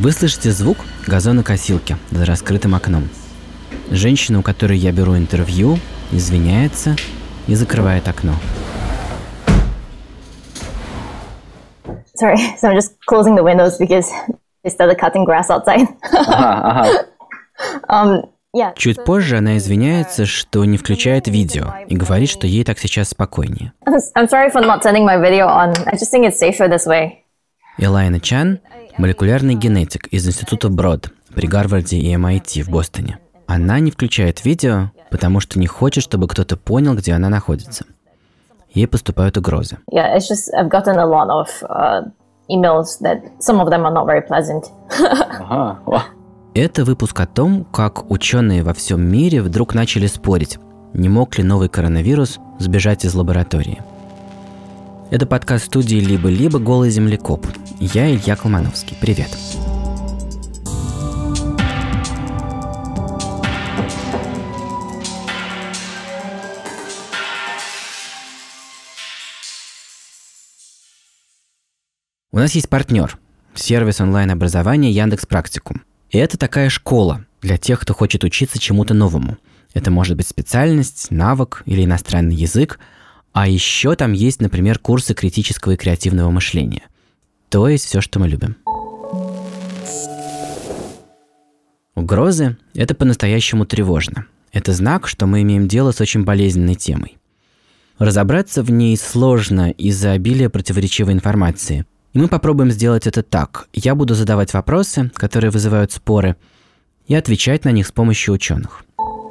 Вы слышите звук газонокосилки за раскрытым окном. Женщина, у которой я беру интервью, извиняется и закрывает окно. Sorry, so I'm just closing the windows because they started cutting grass outside. Чуть позже она извиняется, что не включает видео и говорит, что ей так сейчас спокойнее. I'm sorry for not turning my video on. I just think it's safer this way. Элайна Чан – молекулярный генетик из Института Брод при Гарварде и MIT в Бостоне. Она не включает видео, потому что не хочет, чтобы кто-то понял, где она находится. Ей поступают угрозы. Yeah, it's just I've gotten a lot of emails that some of them are not very pleasant. Это выпуск о том, как ученые во всем мире вдруг начали спорить, не мог ли новый коронавирус сбежать из лаборатории. Это подкаст студии «Либо-либо. Голый землекоп». Я Илья Колмановский. Привет. У нас есть партнер – сервис онлайн-образования Яндекс.Практикум. И это такая школа для тех, кто хочет учиться чему-то новому. Это может быть специальность, навык или иностранный язык. А еще там есть, например, курсы критического и креативного мышления. То есть все, что мы любим. Угрозы – это по-настоящему тревожно. Это знак, что мы имеем дело с очень болезненной темой. Разобраться в ней сложно из-за обилия противоречивой информации. И мы попробуем сделать это так. Я буду задавать вопросы, которые вызывают споры, и отвечать на них с помощью ученых.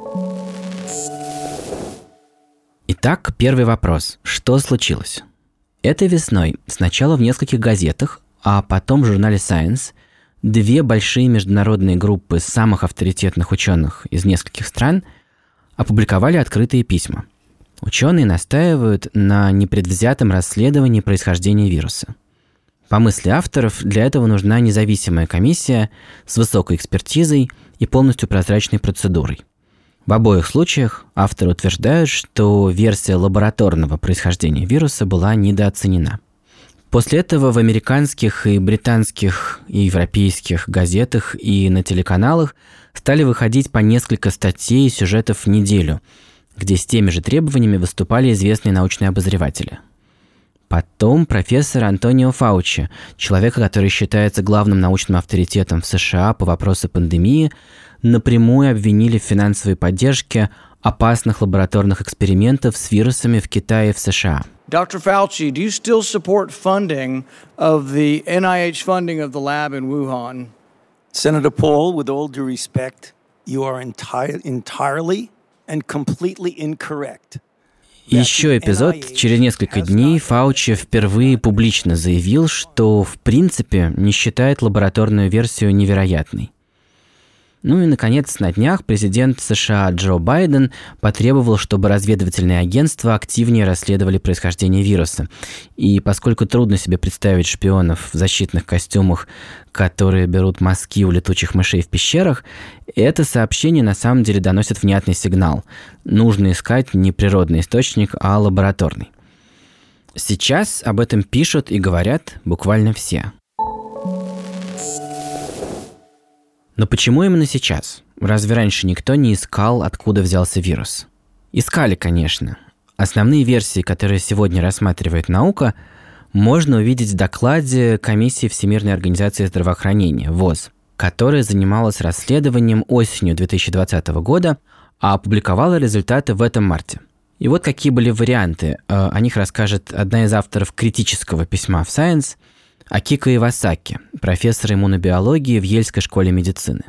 Итак, первый вопрос. Что случилось? Этой весной сначала в нескольких газетах, а потом в журнале Science две большие международные группы самых авторитетных ученых из нескольких стран опубликовали открытые письма. Ученые настаивают на непредвзятом расследовании происхождения вируса. По мысли авторов, для этого нужна независимая комиссия с высокой экспертизой и полностью прозрачной процедурой. В обоих случаях авторы утверждают, что версия лабораторного происхождения вируса была недооценена. После этого в американских и британских и европейских газетах и на телеканалах стали выходить по несколько статей и сюжетов в неделю, где с теми же требованиями выступали известные научные обозреватели. Потом профессор Антонио Фаучи, человека, который считается главным научным авторитетом в США по вопросу пандемии, напрямую обвинили в финансовой поддержке опасных лабораторных экспериментов с вирусами в Китае и в США. Dr. Fauci, do you still support funding of the NIH funding of the lab in Wuhan? Senator Paul, with all due respect, you are entirely and completely incorrect. Еще эпизод. Через несколько дней Фаучи впервые публично заявил, что в принципе не считает лабораторную версию невероятной. Ну и, наконец, на днях президент США Джо Байден потребовал, чтобы разведывательные агентства активнее расследовали происхождение вируса. И поскольку трудно себе представить шпионов в защитных костюмах, которые берут мазки у летучих мышей в пещерах, это сообщение на самом деле доносит внятный сигнал. Нужно искать не природный источник, а лабораторный. Сейчас об этом пишут и говорят буквально все. Но почему именно сейчас? Разве раньше никто не искал, откуда взялся вирус? Искали, конечно. Основные версии, которые сегодня рассматривает наука, можно увидеть в докладе Комиссии Всемирной организации здравоохранения, ВОЗ, которая занималась расследованием осенью 2020 года, а опубликовала результаты в этом марте. И вот какие были варианты. О них расскажет одна из авторов критического письма в Science – Акико Ивасаки, профессор иммунобиологии в Йельской школе медицины.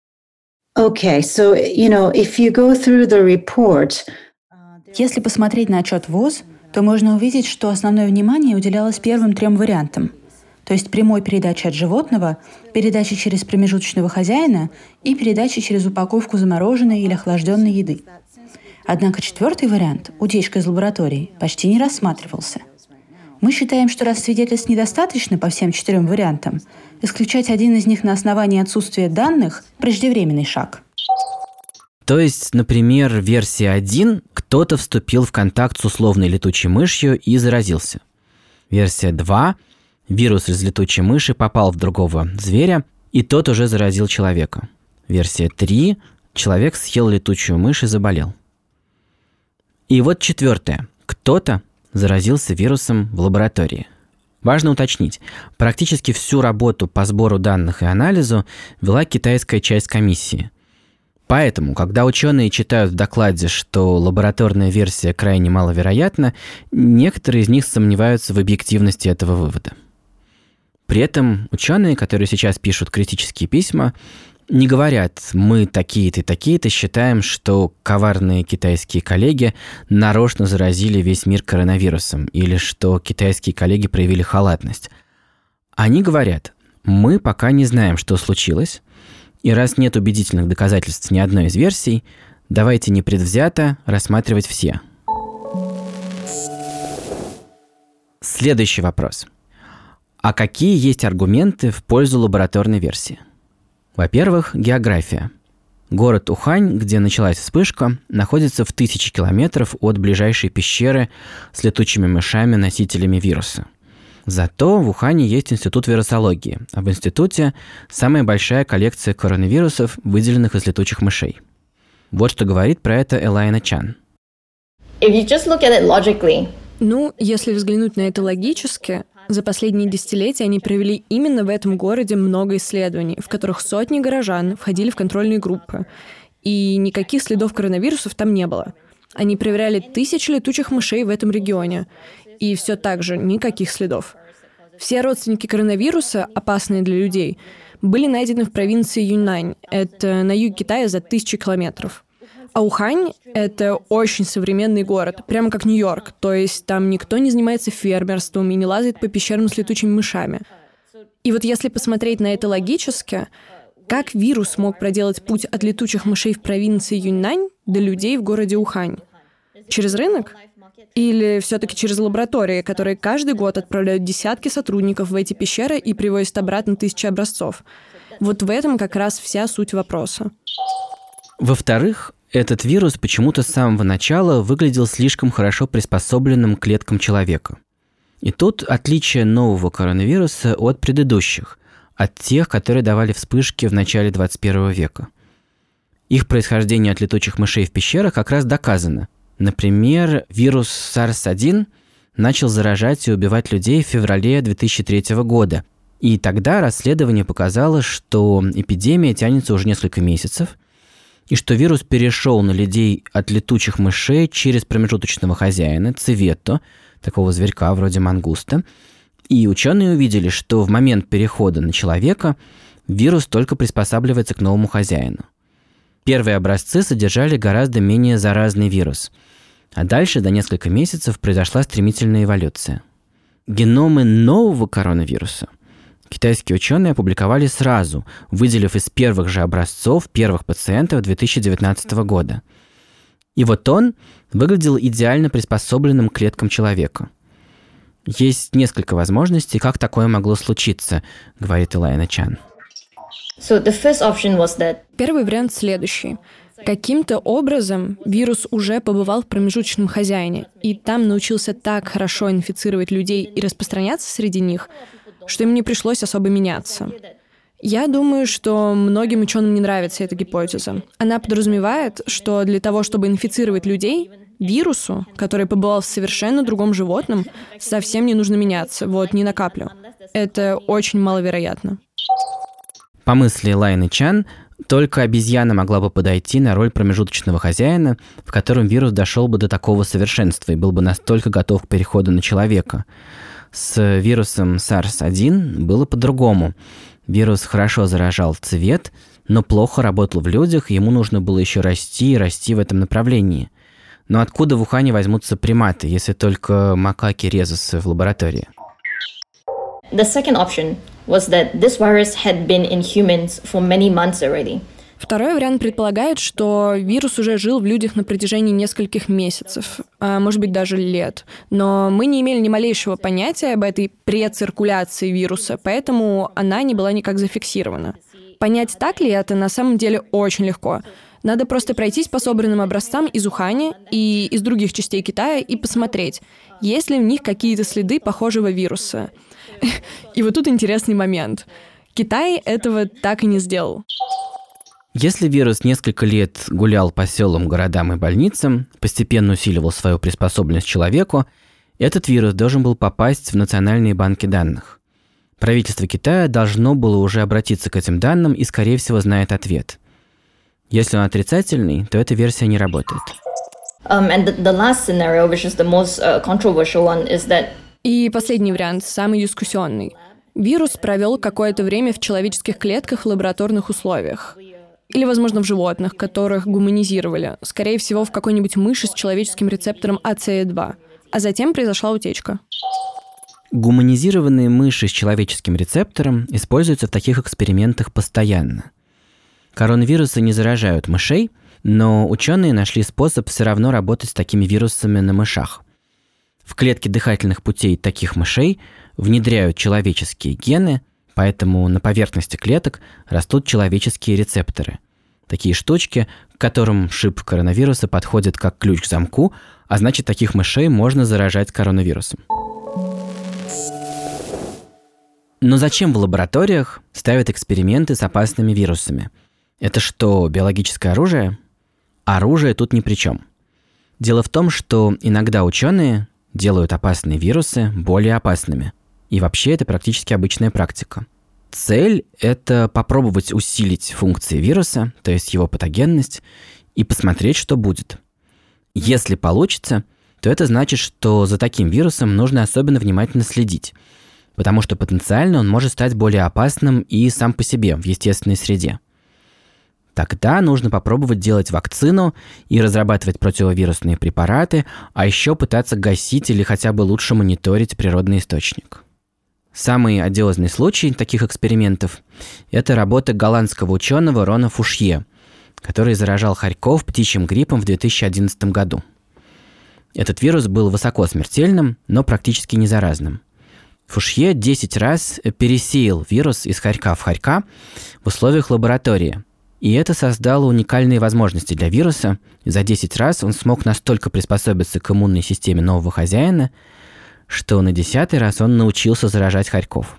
Если посмотреть на отчет ВОЗ, то можно увидеть, что основное внимание уделялось первым трем вариантам, то есть прямой передаче от животного, передаче через промежуточного хозяина и передаче через упаковку замороженной или охлажденной еды. Однако четвертый вариант, утечка из лаборатории, почти не рассматривался. Мы считаем, что раз свидетельств недостаточно по всем четырем вариантам, исключать один из них на основании отсутствия данных – преждевременный шаг. То есть, например, версия 1 – кто-то вступил в контакт с условной летучей мышью и заразился. Версия 2 – вирус из летучей мыши попал в другого зверя и тот уже заразил человека. Версия 3. Человек съел летучую мышь и заболел. И вот 4. Кто-то заразился вирусом в лаборатории. Важно уточнить, практически всю работу по сбору данных и анализу вела китайская часть комиссии. Поэтому, когда ученые читают в докладе, что лабораторная версия крайне маловероятна, некоторые из них сомневаются в объективности этого вывода. При этом ученые, которые сейчас пишут критические письма, не говорят: мы такие-то и такие-то считаем, что коварные китайские коллеги нарочно заразили весь мир коронавирусом, или что китайские коллеги проявили халатность. Они говорят: мы пока не знаем, что случилось, и раз нет убедительных доказательств ни одной из версий, давайте непредвзято рассматривать все. Следующий вопрос. А какие есть аргументы в пользу лабораторной версии? Во-первых, география. Город Ухань, где началась вспышка, находится в 1000 километров от ближайшей пещеры с летучими мышами-носителями вируса. Зато в Ухане есть институт вирусологии, а в институте самая большая коллекция коронавирусов, выделенных из летучих мышей. Вот что говорит про это Элайна Чан. Если взглянуть на это логически, за последние десятилетия они провели именно в этом городе много исследований, в которых сотни горожан входили в контрольные группы, и никаких следов коронавирусов там не было. Они проверяли 1000 летучих мышей в этом регионе, и все так же никаких следов. Все родственники коронавируса, опасные для людей, были найдены в провинции Юньнань, это на юге Китая за 1000 километров. А Ухань — это очень современный город, прямо как Нью-Йорк, то есть там никто не занимается фермерством и не лазает по пещерам с летучими мышами. И вот если посмотреть на это логически, как вирус мог проделать путь от летучих мышей в провинции Юньнань до людей в городе Ухань? Через рынок? Или все-таки через лаборатории, которые каждый год отправляют десятки сотрудников в эти пещеры и привозят обратно 1000 образцов? Вот в этом как раз вся суть вопроса. Во-вторых, этот вирус почему-то с самого начала выглядел слишком хорошо приспособленным к клеткам человека. И тут отличие нового коронавируса от предыдущих, от тех, которые давали вспышки в начале 21 века. Их происхождение от летучих мышей в пещерах как раз доказано. Например, вирус SARS-1 начал заражать и убивать людей в феврале 2003 года. И тогда расследование показало, что эпидемия тянется уже несколько месяцев, и что вирус перешел на людей от летучих мышей через промежуточного хозяина, циветту, такого зверька вроде мангуста. И ученые увидели, что в момент перехода на человека вирус только приспосабливается к новому хозяину. Первые образцы содержали гораздо менее заразный вирус. А дальше, до нескольких месяцев, произошла стремительная эволюция. Геномы нового коронавируса китайские ученые опубликовали сразу, выделив из первых же образцов первых пациентов 2019 года. И вот он выглядел идеально приспособленным к клеткам человека. Есть несколько возможностей, как такое могло случиться, говорит Элайна Чан. Первый вариант следующий. Каким-то образом вирус уже побывал в промежуточном хозяине, и там научился так хорошо инфицировать людей и распространяться среди них, что им не пришлось особо меняться. Я думаю, что многим ученым не нравится эта гипотеза. Она подразумевает, что для того, чтобы инфицировать людей, вирусу, который побывал в совершенно другом животном, совсем не нужно меняться, ни на каплю. Это очень маловероятно. По мысли Элайны Чан, только обезьяна могла бы подойти на роль промежуточного хозяина, в котором вирус дошел бы до такого совершенства и был бы настолько готов к переходу на человека. С вирусом SARS-1 было по-другому. Вирус хорошо заражал цвет, но плохо работал в людях, ему нужно было еще расти и расти в этом направлении. Но откуда в Ухане возьмутся приматы, если только макаки-резусы в лаборатории? The second option was that this virus had been in humans for many months already. Второй вариант предполагает, что вирус уже жил в людях на протяжении нескольких месяцев, а может быть даже лет. Но мы не имели ни малейшего понятия об этой прециркуляции вируса, поэтому она не была никак зафиксирована. Понять, так ли это, на самом деле очень легко. Надо просто пройтись по собранным образцам из Ухани и из других частей Китая и посмотреть, есть ли в них какие-то следы похожего вируса. И вот тут интересный момент. Китай этого так и не сделал. Если вирус несколько лет гулял по селам, городам и больницам, постепенно усиливал свою приспособленность человеку, этот вирус должен был попасть в национальные банки данных. Правительство Китая должно было уже обратиться к этим данным и, скорее всего, знает ответ. Если он отрицательный, то эта версия не работает. And the last scenario, which is the most controversial one, is that... И последний вариант, самый дискуссионный. Вирус провел какое-то время в человеческих клетках в лабораторных условиях. Или, возможно, в животных, которых гуманизировали. Скорее всего, в какой-нибудь мыши с человеческим рецептором ACE2. А затем произошла утечка. Гуманизированные мыши с человеческим рецептором используются в таких экспериментах постоянно. Коронавирусы не заражают мышей, но ученые нашли способ все равно работать с такими вирусами на мышах. В клетки дыхательных путей таких мышей внедряют человеческие гены, поэтому на поверхности клеток растут человеческие рецепторы. Такие штучки, к которым шип коронавируса подходит как ключ к замку, а значит, таких мышей можно заражать коронавирусом. Но зачем в лабораториях ставят эксперименты с опасными вирусами? Это что, биологическое оружие? Оружие тут ни при чем. Дело в том, что иногда ученые делают опасные вирусы более опасными. И вообще это практически обычная практика. Цель – это попробовать усилить функции вируса, то есть его патогенность, и посмотреть, что будет. Если получится, то это значит, что за таким вирусом нужно особенно внимательно следить, потому что потенциально он может стать более опасным и сам по себе в естественной среде. Тогда нужно попробовать делать вакцину и разрабатывать противовирусные препараты, а еще пытаться гасить или хотя бы лучше мониторить природный источник. Самый одиозный случай таких экспериментов – это работа голландского ученого Рона Фушье, который заражал хорьков птичьим гриппом в 2011 году. Этот вирус был высоко смертельным, но практически не заразным. Фушье 10 раз пересеял вирус из хорька в хорька в условиях лаборатории. И это создало уникальные возможности для вируса. За 10 раз он смог настолько приспособиться к иммунной системе нового хозяина, что на 10-й раз он научился заражать хорьков.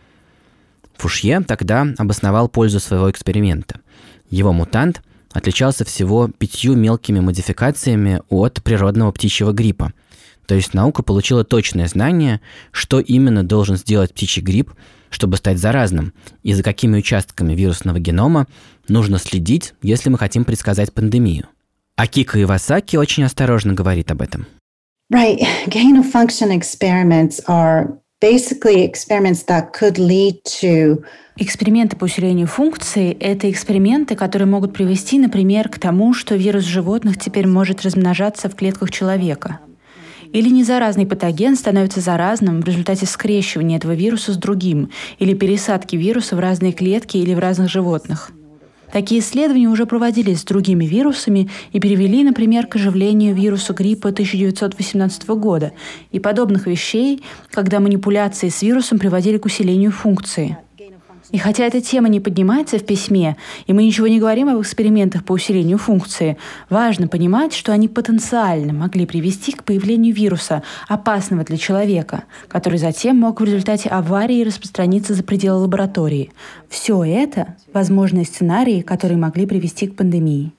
Фушье тогда обосновал пользу своего эксперимента. Его мутант отличался всего 5 мелкими модификациями от природного птичьего гриппа. То есть наука получила точное знание, что именно должен сделать птичий грипп, чтобы стать заразным, и за какими участками вирусного генома нужно следить, если мы хотим предсказать пандемию. Акико Ивасаки очень осторожно говорит об этом. Right. Gain-of-function experiments are basically experiments that could lead to... Эксперименты по усилению функции – это эксперименты, которые могут привести, например, к тому, что вирус животных теперь может размножаться в клетках человека. Или незаразный патоген становится заразным в результате скрещивания этого вируса с другим или пересадки вируса в разные клетки или в разных животных. Такие исследования уже проводились с другими вирусами и привели, например, к оживлению вируса гриппа 1918 года и подобных вещей, когда манипуляции с вирусом приводили к усилению функции. И хотя эта тема не поднимается в письме, и мы ничего не говорим об экспериментах по усилению функции, важно понимать, что они потенциально могли привести к появлению вируса, опасного для человека, который затем мог в результате аварии распространиться за пределы лаборатории. Все это – возможные сценарии, которые могли привести к пандемии.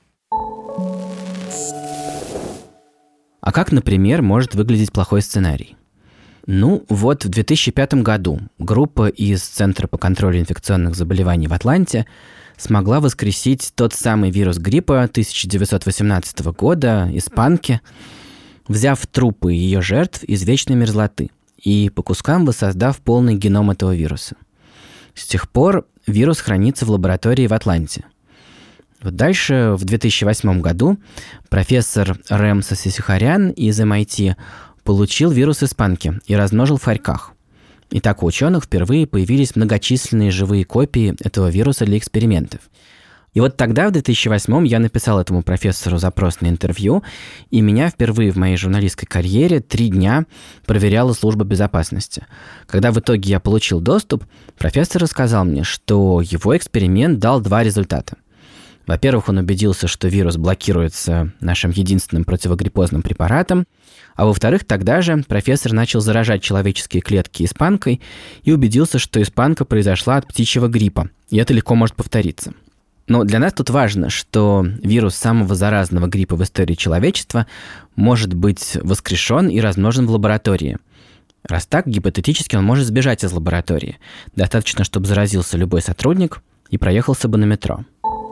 А как, например, может выглядеть плохой сценарий? Ну, вот в 2005 году группа из Центра по контролю инфекционных заболеваний в Атланте смогла воскресить тот самый вирус гриппа 1918 года, испанки, взяв трупы ее жертв из вечной мерзлоты и по кускам воссоздав полный геном этого вируса. С тех пор вирус хранится в лаборатории в Атланте. Вот дальше, в 2008 году, профессор Рэм Сасисихарян из MIT получил вирус испанки и размножил в хорьках. И так у ученых впервые появились многочисленные живые копии этого вируса для экспериментов. И вот тогда, в 2008 я написал этому профессору запрос на интервью, и меня впервые в моей журналистской карьере 3 дня проверяла служба безопасности. Когда в итоге я получил доступ, профессор рассказал мне, что его эксперимент дал 2 результата. Во-первых, он убедился, что вирус блокируется нашим единственным противогриппозным препаратом, а во-вторых, тогда же профессор начал заражать человеческие клетки испанкой и убедился, что испанка произошла от птичьего гриппа, и это легко может повториться. Но для нас тут важно, что вирус самого заразного гриппа в истории человечества может быть воскрешен и размножен в лаборатории. Раз так, гипотетически он может сбежать из лаборатории. Достаточно, чтобы заразился любой сотрудник и проехался бы на метро.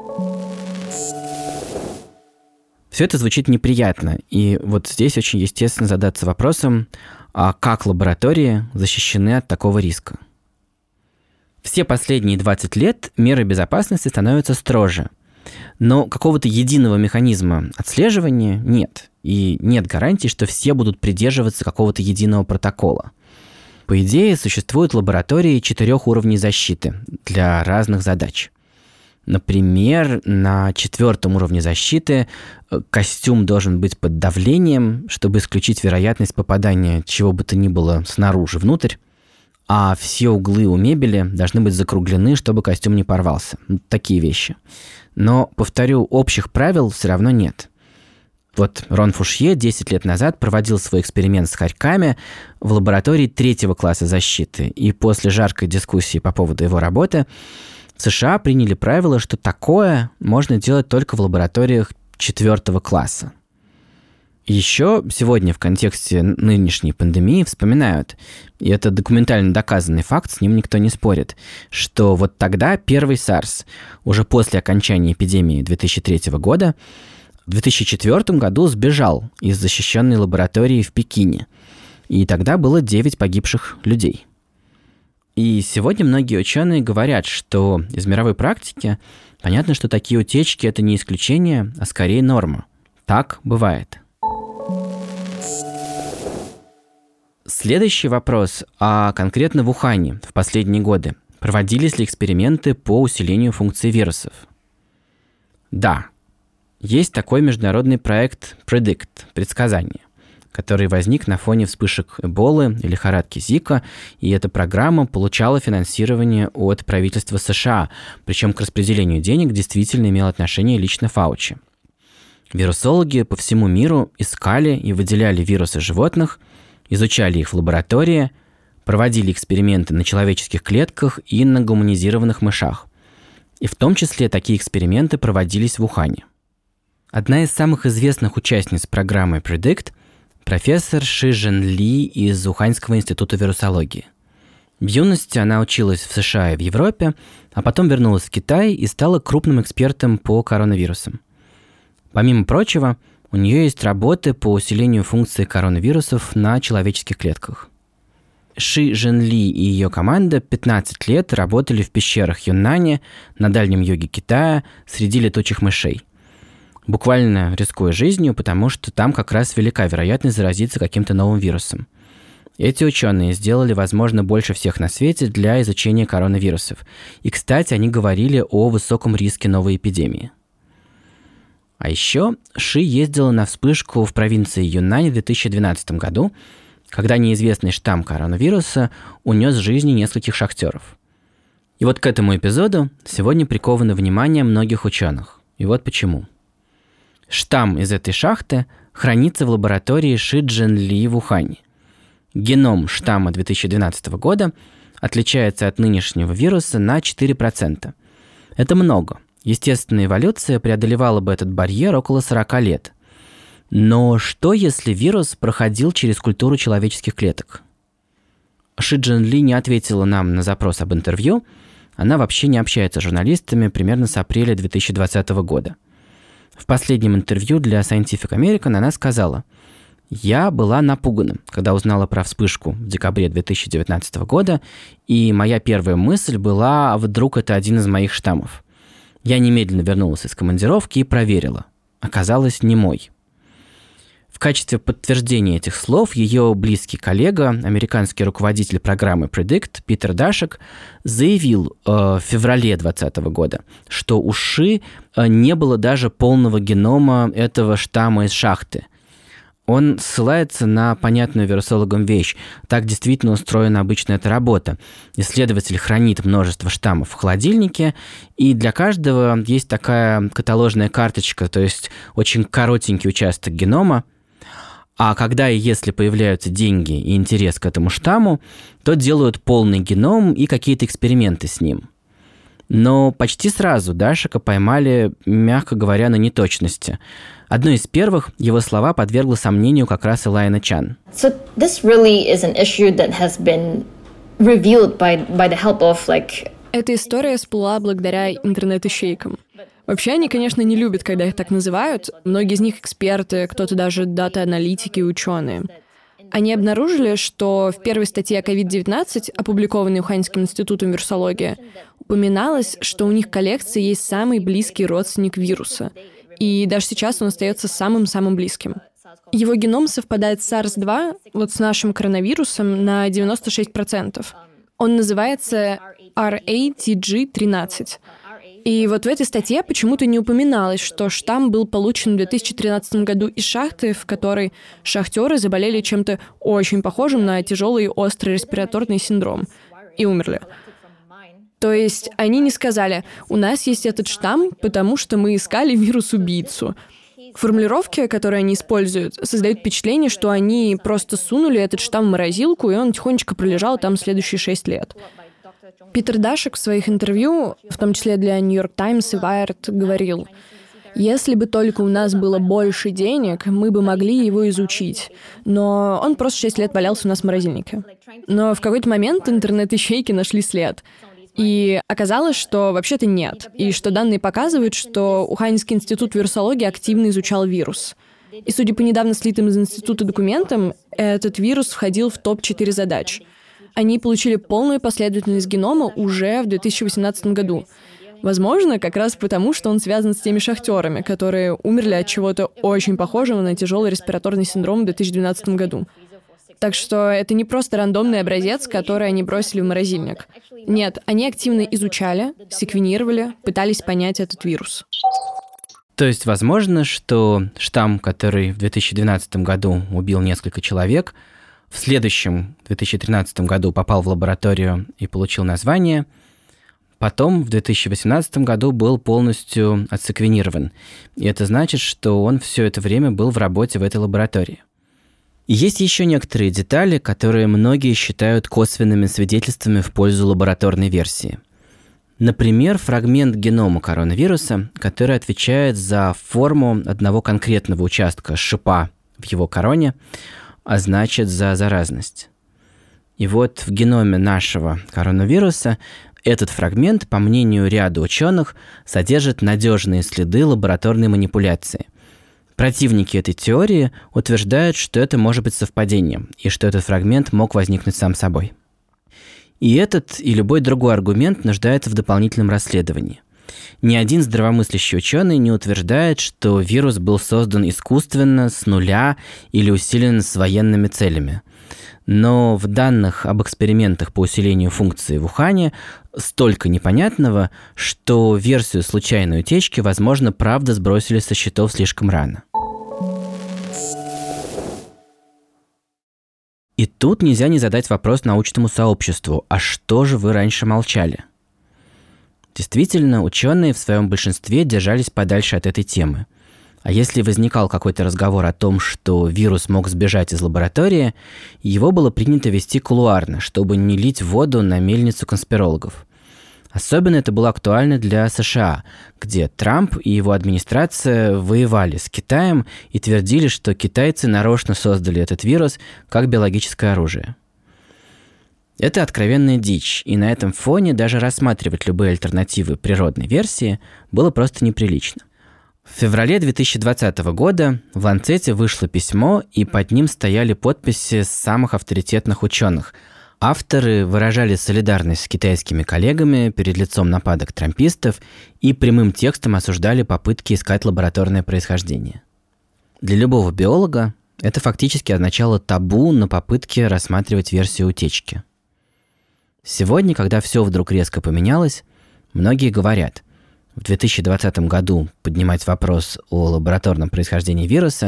Все это звучит неприятно, и вот здесь очень естественно задаться вопросом, а как лаборатории защищены от такого риска? Все последние 20 лет меры безопасности становятся строже, но какого-то единого механизма отслеживания нет, и нет гарантии, что все будут придерживаться какого-то единого протокола. По идее, существуют лаборатории 4 уровней защиты для разных задач. Например, на 4 уровне защиты костюм должен быть под давлением, чтобы исключить вероятность попадания чего бы то ни было снаружи внутрь, а все углы у мебели должны быть закруглены, чтобы костюм не порвался. Такие вещи. Но, повторю, общих правил все равно нет. Вот Рон Фушье 10 лет назад проводил свой эксперимент с хорьками в лаборатории 3 класса защиты, и после жаркой дискуссии по поводу его работы в США приняли правило, что такое можно делать только в лабораториях 4 класса. Еще сегодня в контексте нынешней пандемии вспоминают, и это документально доказанный факт, с ним никто не спорит, что вот тогда первый SARS, уже после окончания эпидемии 2003 года, в 2004 году сбежал из защищенной лаборатории в Пекине, и тогда было 9 погибших людей. И сегодня многие ученые говорят, что из мировой практики понятно, что такие утечки – это не исключение, а скорее норма. Так бывает. Следующий вопрос, а конкретно в Ухане в последние годы проводились ли эксперименты по усилению функций вирусов? Да, есть такой международный проект PREDICT – предсказание, который возник на фоне вспышек Эболы и лихорадки Зика, и эта программа получала финансирование от правительства США, причем к распределению денег действительно имел отношение лично Фаучи. Вирусологи по всему миру искали и выделяли вирусы животных, изучали их в лаборатории, проводили эксперименты на человеческих клетках и на гуманизированных мышах. И в том числе такие эксперименты проводились в Ухане. Одна из самых известных участниц программы PREDICT – профессор Ши Жен Ли из Уханьского института вирусологии. В юности она училась в США и в Европе, а потом вернулась в Китай и стала крупным экспертом по коронавирусам. Помимо прочего, у нее есть работы по усилению функции коронавирусов на человеческих клетках. Ши Жен Ли и ее команда 15 лет работали в пещерах Юннани на Дальнем юге Китая среди летучих мышей. Буквально рискуя жизнью, потому что там как раз велика вероятность заразиться каким-то новым вирусом. Эти ученые сделали, возможно, больше всех на свете для изучения коронавирусов. И, кстати, они говорили о высоком риске новой эпидемии. А еще Ши ездила на вспышку в провинции Юннань в 2012 году, когда неизвестный штамм коронавируса унес жизни нескольких шахтеров. И вот к этому эпизоду сегодня приковано внимание многих ученых. И вот почему. Штамм из этой шахты хранится в лаборатории Ши Жен Ли в Ухане. Геном штамма 2012 года отличается от нынешнего вируса на 4%. Это много. Естественная эволюция преодолевала бы этот барьер около 40 лет. Но что, если вирус проходил через культуру человеческих клеток? Ши Жен Ли не ответила нам на запрос об интервью. Она вообще не общается с журналистами примерно с апреля 2020 года. В последнем интервью для Scientific American она сказала: «Я была напугана, когда узнала про вспышку в декабре 2019 года, и моя первая мысль была, вдруг это один из моих штаммов. Я немедленно вернулась из командировки и проверила. Оказалось, не мой». В качестве подтверждения этих слов ее близкий коллега, американский руководитель программы PREDICT Питер Дашек, заявил в феврале 2020 года, что у Ши не было даже полного генома этого штамма из шахты. Он ссылается на понятную вирусологам вещь. Так действительно устроена обычно эта работа. Исследователь хранит множество штаммов в холодильнике, и для каждого есть такая каталожная карточка, то есть очень коротенький участок генома. А когда и если появляются деньги и интерес к этому штамму, то делают полный геном и какие-то эксперименты с ним. Но почти сразу Дашика поймали, мягко говоря, на неточности. Одной из первых его слова подвергла сомнению как раз Элайна Чан. So this really is an issue that has been revealed by the help of Эта история всплыла благодаря интернет-ищейкам. Вообще, они, конечно, не любят, когда их так называют. Многие из них эксперты, кто-то даже дата-аналитики и ученые. Они обнаружили, что в первой статье о COVID-19, опубликованной Уханьским институтом вирусологии, упоминалось, что у них в коллекции есть самый близкий родственник вируса. И даже сейчас он остается самым-самым близким. Его геном совпадает с SARS-2, вот с нашим коронавирусом, на 96%. Он называется RATG13. И вот в этой статье почему-то не упоминалось, что штамм был получен в 2013 году из шахты, в которой шахтеры заболели чем-то очень похожим на тяжелый острый респираторный синдром и умерли. То есть они не сказали: у нас есть этот штамм, потому что мы искали вирус-убийцу. Формулировки, которые они используют, создают впечатление, что они просто сунули этот штамм в морозилку, и он тихонечко пролежал там следующие 6 лет. Питер Дашик в своих интервью, в том числе для New York Times и Wired, говорил: если бы только у нас было больше денег, мы бы могли его изучить. Но он просто 6 лет валялся у нас в морозильнике. Но в какой-то момент интернет-ищейки нашли след. И оказалось, что вообще-то нет. И что данные показывают, что Уханьский институт вирусологии активно изучал вирус. И судя по недавно слитым из института документам, этот вирус входил в топ-4 задач. Они получили полную последовательность генома уже в 2018 году. Возможно, как раз потому, что он связан с теми шахтерами, которые умерли от чего-то очень похожего на тяжелый респираторный синдром в 2012 году. Так что это не просто рандомный образец, который они бросили в морозильник. Нет, они активно изучали, секвенировали, пытались понять этот вирус. То есть возможно, что штамм, который в 2012 году убил несколько человек, в следующем, 2013 году, попал в лабораторию и получил название, потом в 2018 году был полностью отсеквенирован. И это значит, что он все это время был в работе в этой лаборатории. И есть еще некоторые детали, которые многие считают косвенными свидетельствами в пользу лабораторной версии. Например, фрагмент генома коронавируса, который отвечает за форму одного конкретного участка шипа в его короне, а значит за заразность. И вот в геноме нашего коронавируса этот фрагмент, по мнению ряда ученых, содержит надежные следы лабораторной манипуляции. Противники этой теории утверждают, что это может быть совпадением, и что этот фрагмент мог возникнуть сам собой. И этот, и любой другой аргумент нуждается в дополнительном расследовании. Ни один здравомыслящий ученый не утверждает, что вирус был создан искусственно, с нуля или усилен с военными целями. Но в данных об экспериментах по усилению функции в Ухане столько непонятного, что версию случайной утечки, возможно, правда сбросили со счетов слишком рано. И тут нельзя не задать вопрос научному сообществу: а что же вы раньше молчали? Действительно, ученые в своем большинстве держались подальше от этой темы. А если возникал какой-то разговор о том, что вирус мог сбежать из лаборатории, его было принято вести кулуарно, чтобы не лить воду на мельницу конспирологов. Особенно это было актуально для США, где Трамп и его администрация воевали с Китаем и твердили, что китайцы нарочно создали этот вирус как биологическое оружие. Это откровенная дичь, и на этом фоне даже рассматривать любые альтернативы природной версии было просто неприлично. В феврале 2020 года в Lancet вышло письмо, и под ним стояли подписи самых авторитетных ученых. Авторы выражали солидарность с китайскими коллегами перед лицом нападок трампистов и прямым текстом осуждали попытки искать лабораторное происхождение. Для любого биолога это фактически означало табу на попытки рассматривать версию утечки. Сегодня, когда все вдруг резко поменялось, многие говорят: в 2020 году поднимать вопрос о лабораторном происхождении вируса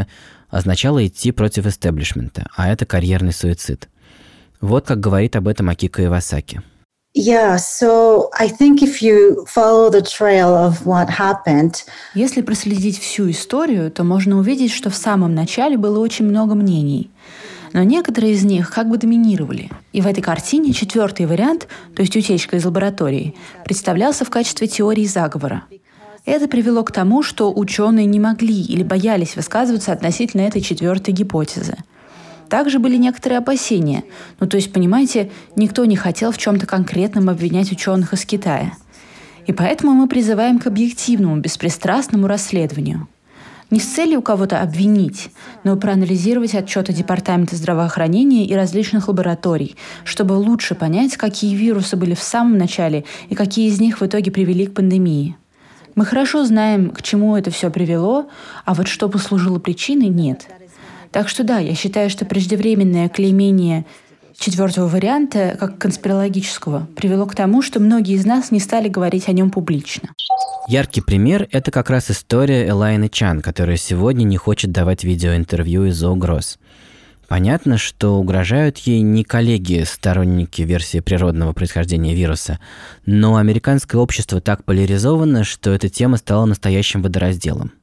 означало идти против истеблишмента, а это карьерный суицид. Вот как говорит об этом Акико Ивасаки. Yeah, so I think if you follow the trail of what happened, Если проследить всю историю, то можно увидеть, что в самом начале было очень много мнений. Но некоторые из них как бы доминировали. И в этой картине четвертый вариант, то есть утечка из лаборатории, представлялся в качестве теории заговора. Это привело к тому, что ученые не могли или боялись высказываться относительно этой четвертой гипотезы. Также были некоторые опасения. То есть, понимаете, никто не хотел в чем-то конкретном обвинять ученых из Китая. И поэтому мы призываем к объективному, беспристрастному расследованию. Не с целью у кого-то обвинить, но проанализировать отчеты Департамента здравоохранения и различных лабораторий, чтобы лучше понять, какие вирусы были в самом начале и какие из них в итоге привели к пандемии. Мы хорошо знаем, к чему это все привело, а вот что послужило причиной – нет. Так что да, я считаю, что преждевременное клеймение четвертого варианта, как конспирологического, привело к тому, что многие из нас не стали говорить о нем публично. Яркий пример – это как раз история Элайны Чан, которая сегодня не хочет давать видеоинтервью из-за угроз. Понятно, что угрожают ей не коллеги, сторонники версии природного происхождения вируса, но американское общество так поляризовано, что эта тема стала настоящим водоразделом.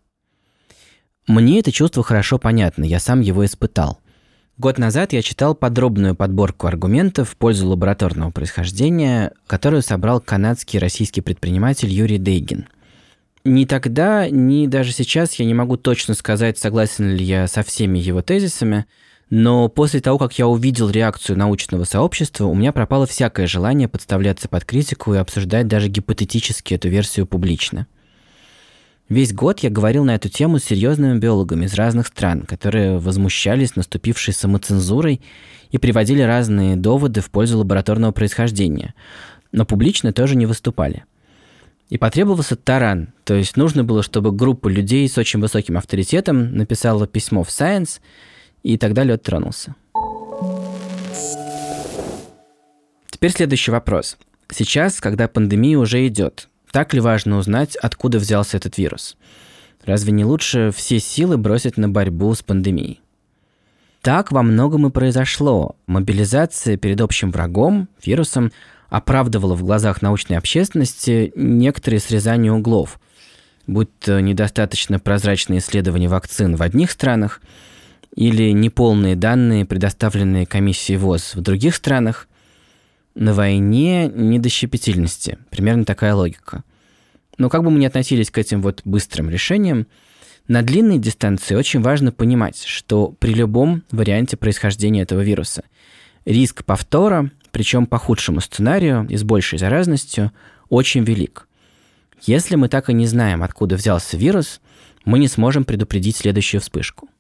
Мне это чувство хорошо понятно, я сам его испытал. Год назад я читал подробную подборку аргументов в пользу лабораторного происхождения, которую собрал канадский и российский предприниматель Юрий Дейгин. Ни тогда, ни даже сейчас я не могу точно сказать, согласен ли я со всеми его тезисами, но после того, как я увидел реакцию научного сообщества, у меня пропало всякое желание подставляться под критику и обсуждать даже гипотетически эту версию публично. Весь год я говорил на эту тему с серьезными биологами из разных стран, которые возмущались наступившей самоцензурой и приводили разные доводы в пользу лабораторного происхождения, но публично тоже не выступали. И потребовался таран, то есть нужно было, чтобы группа людей с очень высоким авторитетом написала письмо в Science, и тогда лед тронулся. Теперь следующий вопрос. Сейчас, когда пандемия уже идет, так ли важно узнать, откуда взялся этот вирус? Разве не лучше все силы бросить на борьбу с пандемией? Так во многом и произошло. Мобилизация перед общим врагом, вирусом, оправдывала в глазах научной общественности некоторые срезания углов, будь то недостаточно прозрачные исследования вакцин в одних странах или неполные данные, предоставленные комиссией ВОЗ в других странах. На войне не до щепетильности. Примерно такая логика. Но как бы мы ни относились к этим вот быстрым решениям, на длинной дистанции очень важно понимать, что при любом варианте происхождения этого вируса риск повтора, причем по худшему сценарию и с большей заразностью, очень велик. Если мы так и не знаем, откуда взялся вирус, мы не сможем предупредить следующую вспышку.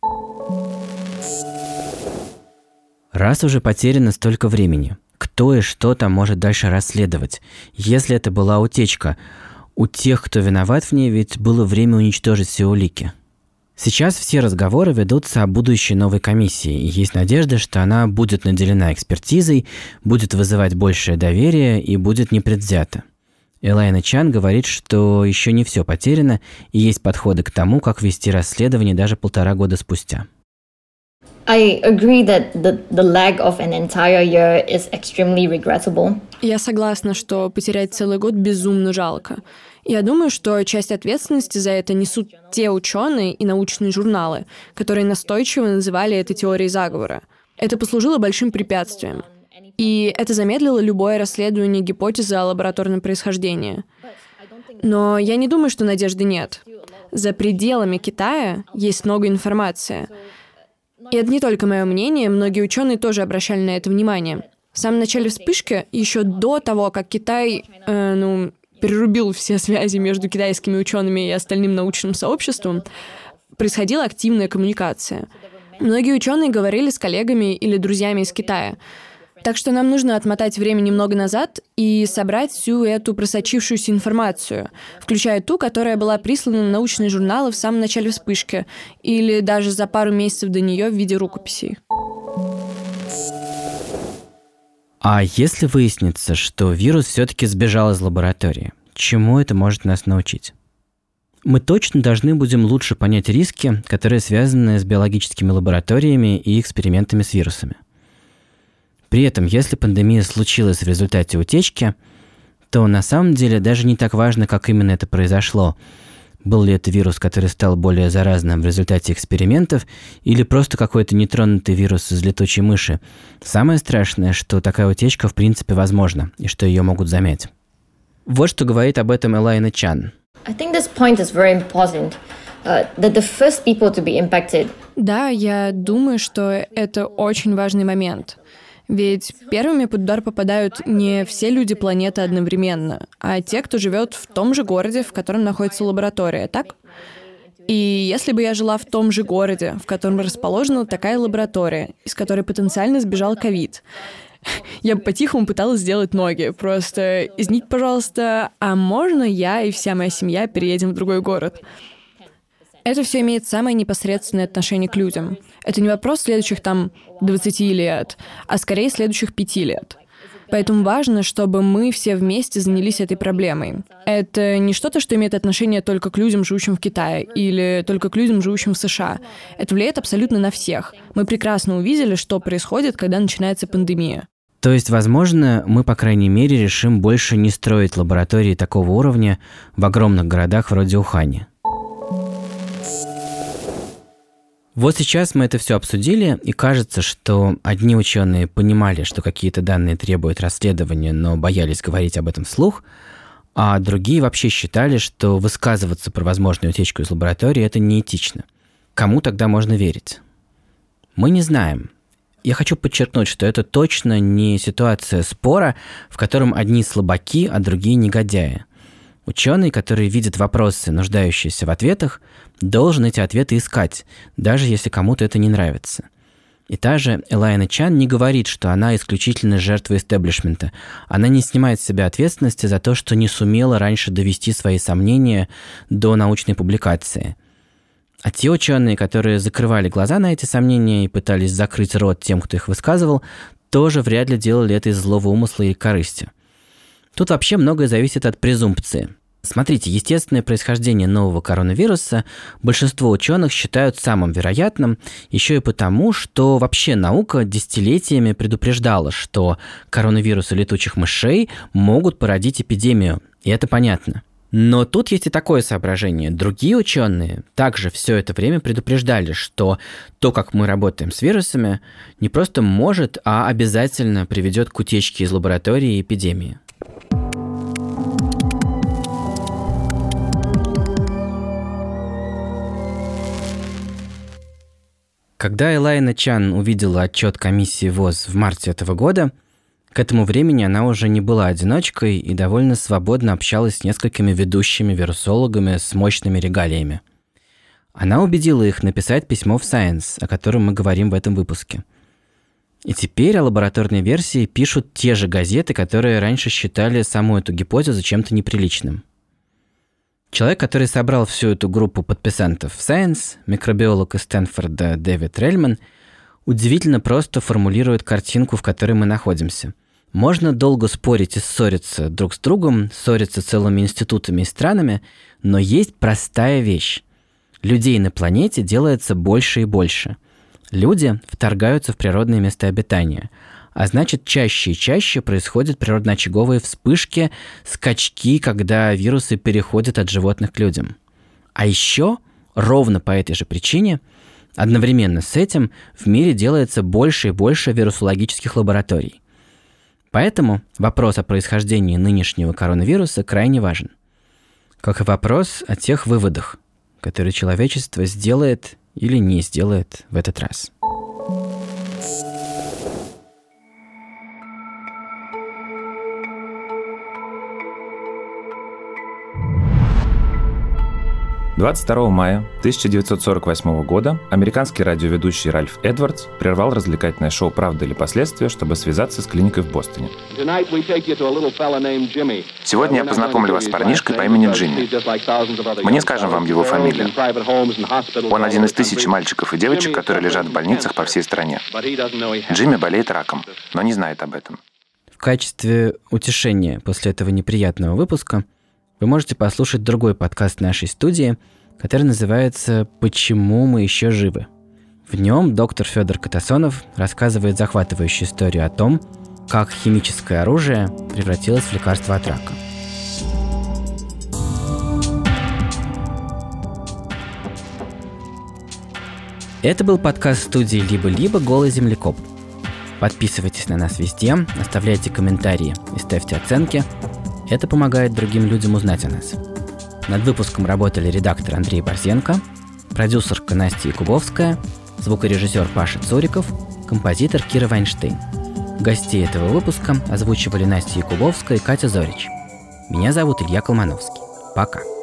Раз уже потеряно столько времени, кто и что там может дальше расследовать? Если это была утечка, у тех, кто виноват в ней, ведь было время уничтожить все улики. Сейчас все разговоры ведутся о будущей новой комиссии, и есть надежда, что она будет наделена экспертизой, будет вызывать большее доверие и будет непредвзята. Элайна Чан говорит, что еще не все потеряно, и есть подходы к тому, как вести расследование даже 1,5 года спустя. I agree that the lag of an entire year is extremely regrettable. Я согласна, что потерять целый год безумно жалко. Я думаю, что часть ответственности за это несут те ученые и научные журналы, которые настойчиво называли это теорией заговора. Это послужило большим препятствием. И это замедлило любое расследование гипотезы о лабораторном происхождении. Но я не думаю, что надежды нет. За пределами Китая есть много информации. И это не только мое мнение, многие ученые тоже обращали на это внимание. В самом начале вспышки, еще до того, как Китай, перерубил все связи между китайскими учеными и остальным научным сообществом, происходила активная коммуникация. Многие ученые говорили с коллегами или друзьями из Китая. Так что нам нужно отмотать время немного назад и собрать всю эту просочившуюся информацию, включая ту, которая была прислана в научные журналы в самом начале вспышки, или даже за пару месяцев до нее в виде рукописей. А если выяснится, что вирус все-таки сбежал из лаборатории, чему это может нас научить? мы точно должны будем лучше понять риски, которые связаны с биологическими лабораториями и экспериментами с вирусами. При этом, если пандемия случилась в результате утечки, то на самом деле даже не так важно, как именно это произошло. Был ли это вирус, который стал более заразным в результате экспериментов, или просто какой-то нетронутый вирус из летучей мыши. Самое страшное, что такая утечка в принципе возможна, и что ее могут замять. Вот что говорит об этом Элайна Чан. I think this point is very important, that the first people to be impacted. Да, я думаю, что это очень важный момент. Ведь первыми под удар попадают не все люди планеты одновременно, а те, кто живет в том же городе, в котором находится лаборатория, так? И если бы я жила в том же городе, в котором расположена такая лаборатория, из которой потенциально сбежал ковид, я бы по-тихому пыталась сделать ноги. Просто, извините, пожалуйста, а можно я и вся моя семья переедем в другой город? Это все имеет самое непосредственное отношение к людям. Это не вопрос следующих 20 лет, а скорее следующих 5 лет. Поэтому важно, чтобы мы все вместе занялись этой проблемой. Это не что-то, что имеет отношение только к людям, живущим в Китае, или только к людям, живущим в США. Это влияет абсолютно на всех. Мы прекрасно увидели, что происходит, когда начинается пандемия. То есть, возможно, мы, по крайней мере, решим больше не строить лаборатории такого уровня в огромных городах вроде Уханя. Вот сейчас мы это все обсудили, и кажется, что одни ученые понимали, что какие-то данные требуют расследования, но боялись говорить об этом вслух, а другие вообще считали, что высказываться про возможную утечку из лаборатории – это неэтично. Кому тогда можно верить? Мы не знаем. Я хочу подчеркнуть, что это точно не ситуация спора, в котором одни слабаки, а другие негодяи. Ученый, который видит вопросы, нуждающиеся в ответах, должен эти ответы искать, даже если кому-то это не нравится. И та же Элайна Чан не говорит, что она исключительно жертва истеблишмента. Она не снимает с себя ответственности за то, что не сумела раньше довести свои сомнения до научной публикации. А те ученые, которые закрывали глаза на эти сомнения и пытались закрыть рот тем, кто их высказывал, тоже вряд ли делали это из злого умысла и корысти. Тут вообще многое зависит от презумпции. Смотрите, естественное происхождение нового коронавируса большинство ученых считают самым вероятным, еще и потому, что вообще наука десятилетиями предупреждала, что коронавирусы летучих мышей могут породить эпидемию, и это понятно. Но тут есть и такое соображение. Другие ученые также все это время предупреждали, что то, как мы работаем с вирусами, не просто может, а обязательно приведет к утечке из лаборатории и эпидемии. Когда Элайна Чан увидела отчет комиссии ВОЗ в марте этого года, к этому времени она уже не была одиночкой и довольно свободно общалась с несколькими ведущими вирусологами с мощными регалиями. Она убедила их написать письмо в Science, о котором мы говорим в этом выпуске. И теперь о лабораторной версии пишут те же газеты, которые раньше считали саму эту гипотезу чем-то неприличным. Человек, который собрал всю эту группу подписантов в Science, микробиолог из Стэнфорда Дэвид Рельман, удивительно просто формулирует картинку, в которой мы находимся. Можно долго спорить и ссориться друг с другом, ссориться целыми институтами и странами, но есть простая вещь. Людей на планете делается больше и больше. Люди вторгаются в природные места обитания, а значит, чаще и чаще происходят природно-очаговые вспышки, скачки, когда вирусы переходят от животных к людям. А еще, ровно по этой же причине, одновременно с этим в мире делается больше и больше вирусологических лабораторий. Поэтому вопрос о происхождении нынешнего коронавируса крайне важен. Как и вопрос о тех выводах, которые человечество сделает или не сделает в этот раз. 22 мая 1948 года американский радиоведущий Ральф Эдвардс прервал развлекательное шоу «Правда или последствия», чтобы связаться с клиникой в Бостоне. Сегодня я познакомлю вас с парнишкой по имени Джимми. Мы не скажем вам его фамилию. Он один из тысячи мальчиков и девочек, которые лежат в больницах по всей стране. Джимми болеет раком, но не знает об этом. В качестве утешения после этого неприятного выпуска вы можете послушать другой подкаст нашей студии, который называется «Почему мы еще живы?». В нем доктор Федор Катасонов рассказывает захватывающую историю о том, как химическое оружие превратилось в лекарство от рака. Это был подкаст студии «Либо-либо. Голый землекоп». Подписывайтесь на нас везде, оставляйте комментарии и ставьте оценки. Это помогает другим людям узнать о нас. Над выпуском работали редактор Андрей Борзенко, продюсерка Настя Якубовская, звукорежиссер Паша Цуриков, композитор Кира Вайнштейн. Гостей этого выпуска озвучивали Настя Якубовская и Катя Зорич. Меня зовут Илья Колмановский. Пока.